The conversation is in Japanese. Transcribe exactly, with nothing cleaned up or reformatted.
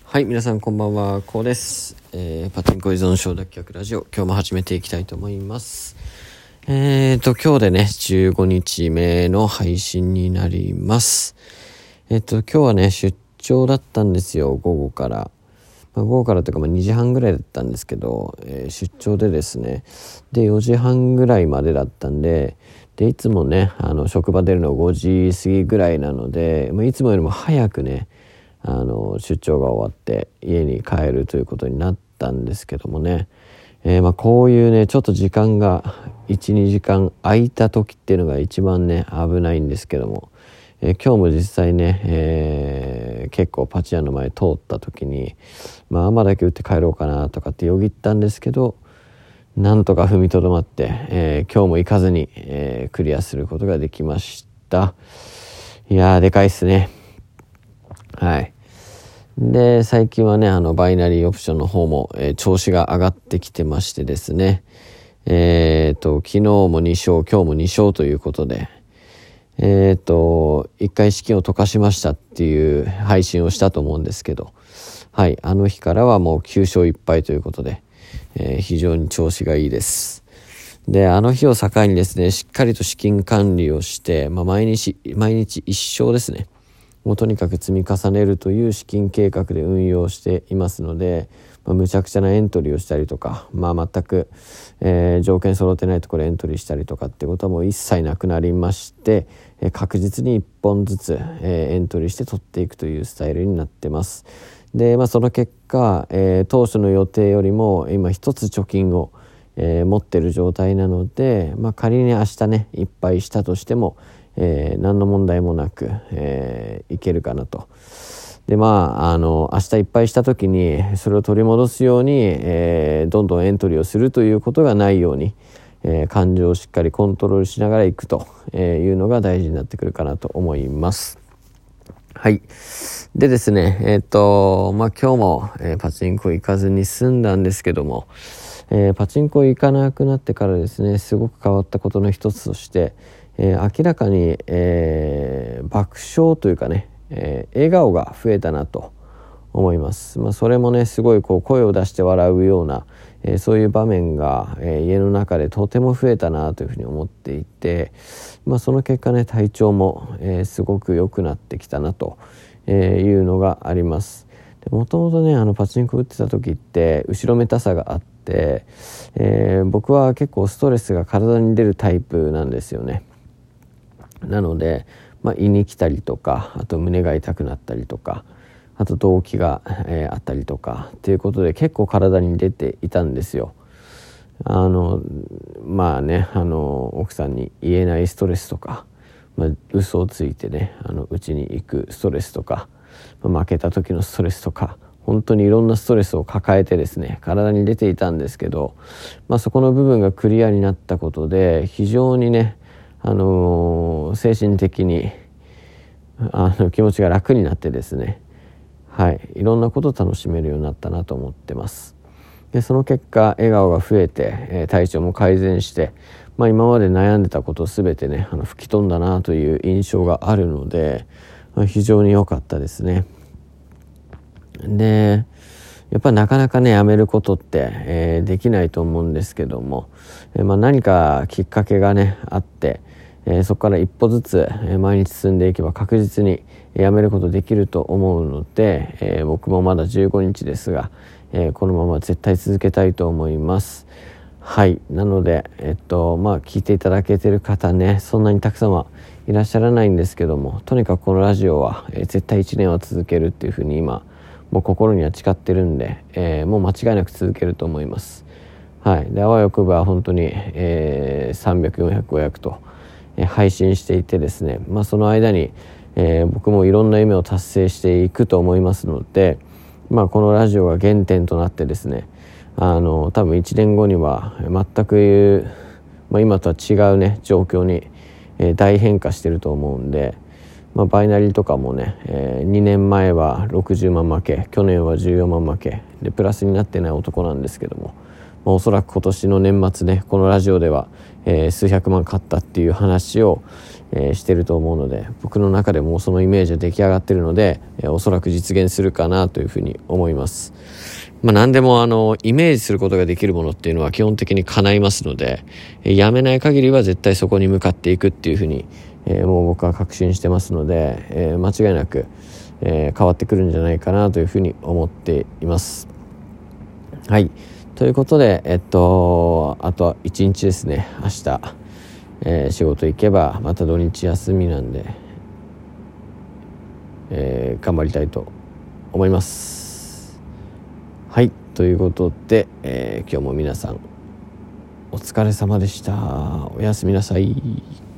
はい、皆さんこんばんは、こうです、えー、パチンコ依存症脱却ラジオ、今日も始めていきたいと思います。えーと今日でねじゅうごにちめの配信になります。えーと今日はね出張だったんですよ。午後から、まあ、午後からというかまあにじはんぐらいだったんですけど、えー、出張でですねでよじはんぐらいまでだったんででいつもねあの職場出るのごじ過ぎぐらいなので、まあ、いつもよりも早くねあの出張が終わって家に帰るということになったんですけどもね、えー、まあこういうねちょっと時間が いち,に 時間空いた時っていうのが一番ね危ないんですけども、えー、今日も実際ね、えー、結構パチ屋の前通った時にまあ雨だけ打って帰ろうかなとかってよぎったんですけど、なんとか踏みとどまって、えー、今日も行かずに、えー、クリアすることができました。いやーでかいっすね。はい。で最近はねあのバイナリーオプションの方も、えー、調子が上がってきてましてですね、えーと昨日もに勝今日もに勝ということで、えーといっかい資金を溶かしましたっていう配信をしたと思うんですけど、はいあの日からはもうきゅう勝いっぱいということで、えー、非常に調子がいいです。であの日を境にですねしっかりと資金管理をして、まあ、毎日毎日いっ勝ですねもうとにかく積み重ねるという資金計画で運用していますので、まあ、むちゃくちゃなエントリーをしたりとか、まあ、全く、えー、条件揃ってないところエントリーしたりとかってことはもう一切なくなりまして、えー、確実にいっぽんずつ、えー、エントリーして取っていくというスタイルになってます。で、まあ、その結果、えー、当初の予定よりも今一つ貯金を、えー、持っている状態なので、まあ、仮に明日ねいっぱいしたとしてもえー、何の問題もなく、えー、いけるかなと。でまああの明日いっぱいした時にそれを取り戻すように、えー、どんどんエントリーをするということがないように、えー、感情をしっかりコントロールしながらいくというのが大事になってくるかなと思います。はいでですねえっ、ー、とまあ今日も、えー、パチンコ行かずに済んだんですけども、えー、パチンコ行かなくなってからですねすごく変わったことの一つとしてえー、明らかに、えー、爆笑というかね、えー、笑顔が増えたなと思います。まあ、それもねすごいこう声を出して笑うような、えー、そういう場面が、えー、家の中でとても増えたなというふうに思っていて、まあ、その結果ね体調も、えー、すごく良くなってきたなというのがあります。もともとねあのパチンコ打ってた時って後ろめたさがあって、えー、僕は結構ストレスが体に出るタイプなんですよね。なので、まあ、胃に来たりとかあと胸が痛くなったりとかあと動悸が、えー、あったりとかっていうことで結構体に出ていたんですよ。あのまあねあの奥さんに言えないストレスとか、まあ、嘘をついてねあのうちに行くストレスとか、まあ、負けた時のストレスとか本当にいろんなストレスを抱えてですね体に出ていたんですけど、まあ、そこの部分がクリアになったことで非常にねあのー、精神的にあの気持ちが楽になってですね、はい、いろんなことを楽しめるようになったなと思ってます。でその結果笑顔が増えて、えー、体調も改善して、まあ、今まで悩んでたことを全てねあの吹き飛んだなという印象があるので、まあ、非常に良かったですね。でやっぱりなかなかねやめることって、えー、できないと思うんですけども、えーまあ、何かきっかけがねあって、えー、そこから一歩ずつ、えー、毎日進んでいけば確実にやめることできると思うので、えー、僕もまだじゅうごにちですが、えー、このまま絶対続けたいと思います。はいなのでえっとまあ聞いていただけてる方ねそんなにたくさんはいらっしゃらないんですけども、とにかくこのラジオは、えー、絶対いちねんは続けるっていうふうに今もう心には誓ってるんで、えー、もう間違いなく続けると思います。はい、であわよくばは本当に、えー、さんびゃく、よんひゃく、ごひゃくと、えー、配信していてですね、まあ、その間に、えー、僕もいろんな夢を達成していくと思いますので、まあ、このラジオが原点となってですねあの多分いちねんごには全く、まあ、今とは違うね状況に、えー、大変化してると思うんで、まあ、バイナリーとかもね、えー、にねんまえはろくじゅうまん負け去年はじゅうよんまん負けでプラスになってない男なんですけども、 まあ、おそらく今年の年末ねこのラジオでは、えー、数百万買ったっていう話を、えー、してると思うので、僕の中でもそのイメージは出来上がってるので、えー、おそらく実現するかなというふうに思います。まあ、何でもあのイメージすることができるものっていうのは基本的に叶いますので、えー、やめない限りは絶対そこに向かっていくっていうふうに、えー、もう僕は確信してますので、えー、間違いなく、えー、変わってくるんじゃないかなというふうに思っています。はい、ということで、えっとあといちにちですね。明日、えー、仕事行けばまた土日休みなんで、えー、頑張りたいと思います。はい、ということで、えー、今日も皆さんお疲れ様でした。おやすみなさい。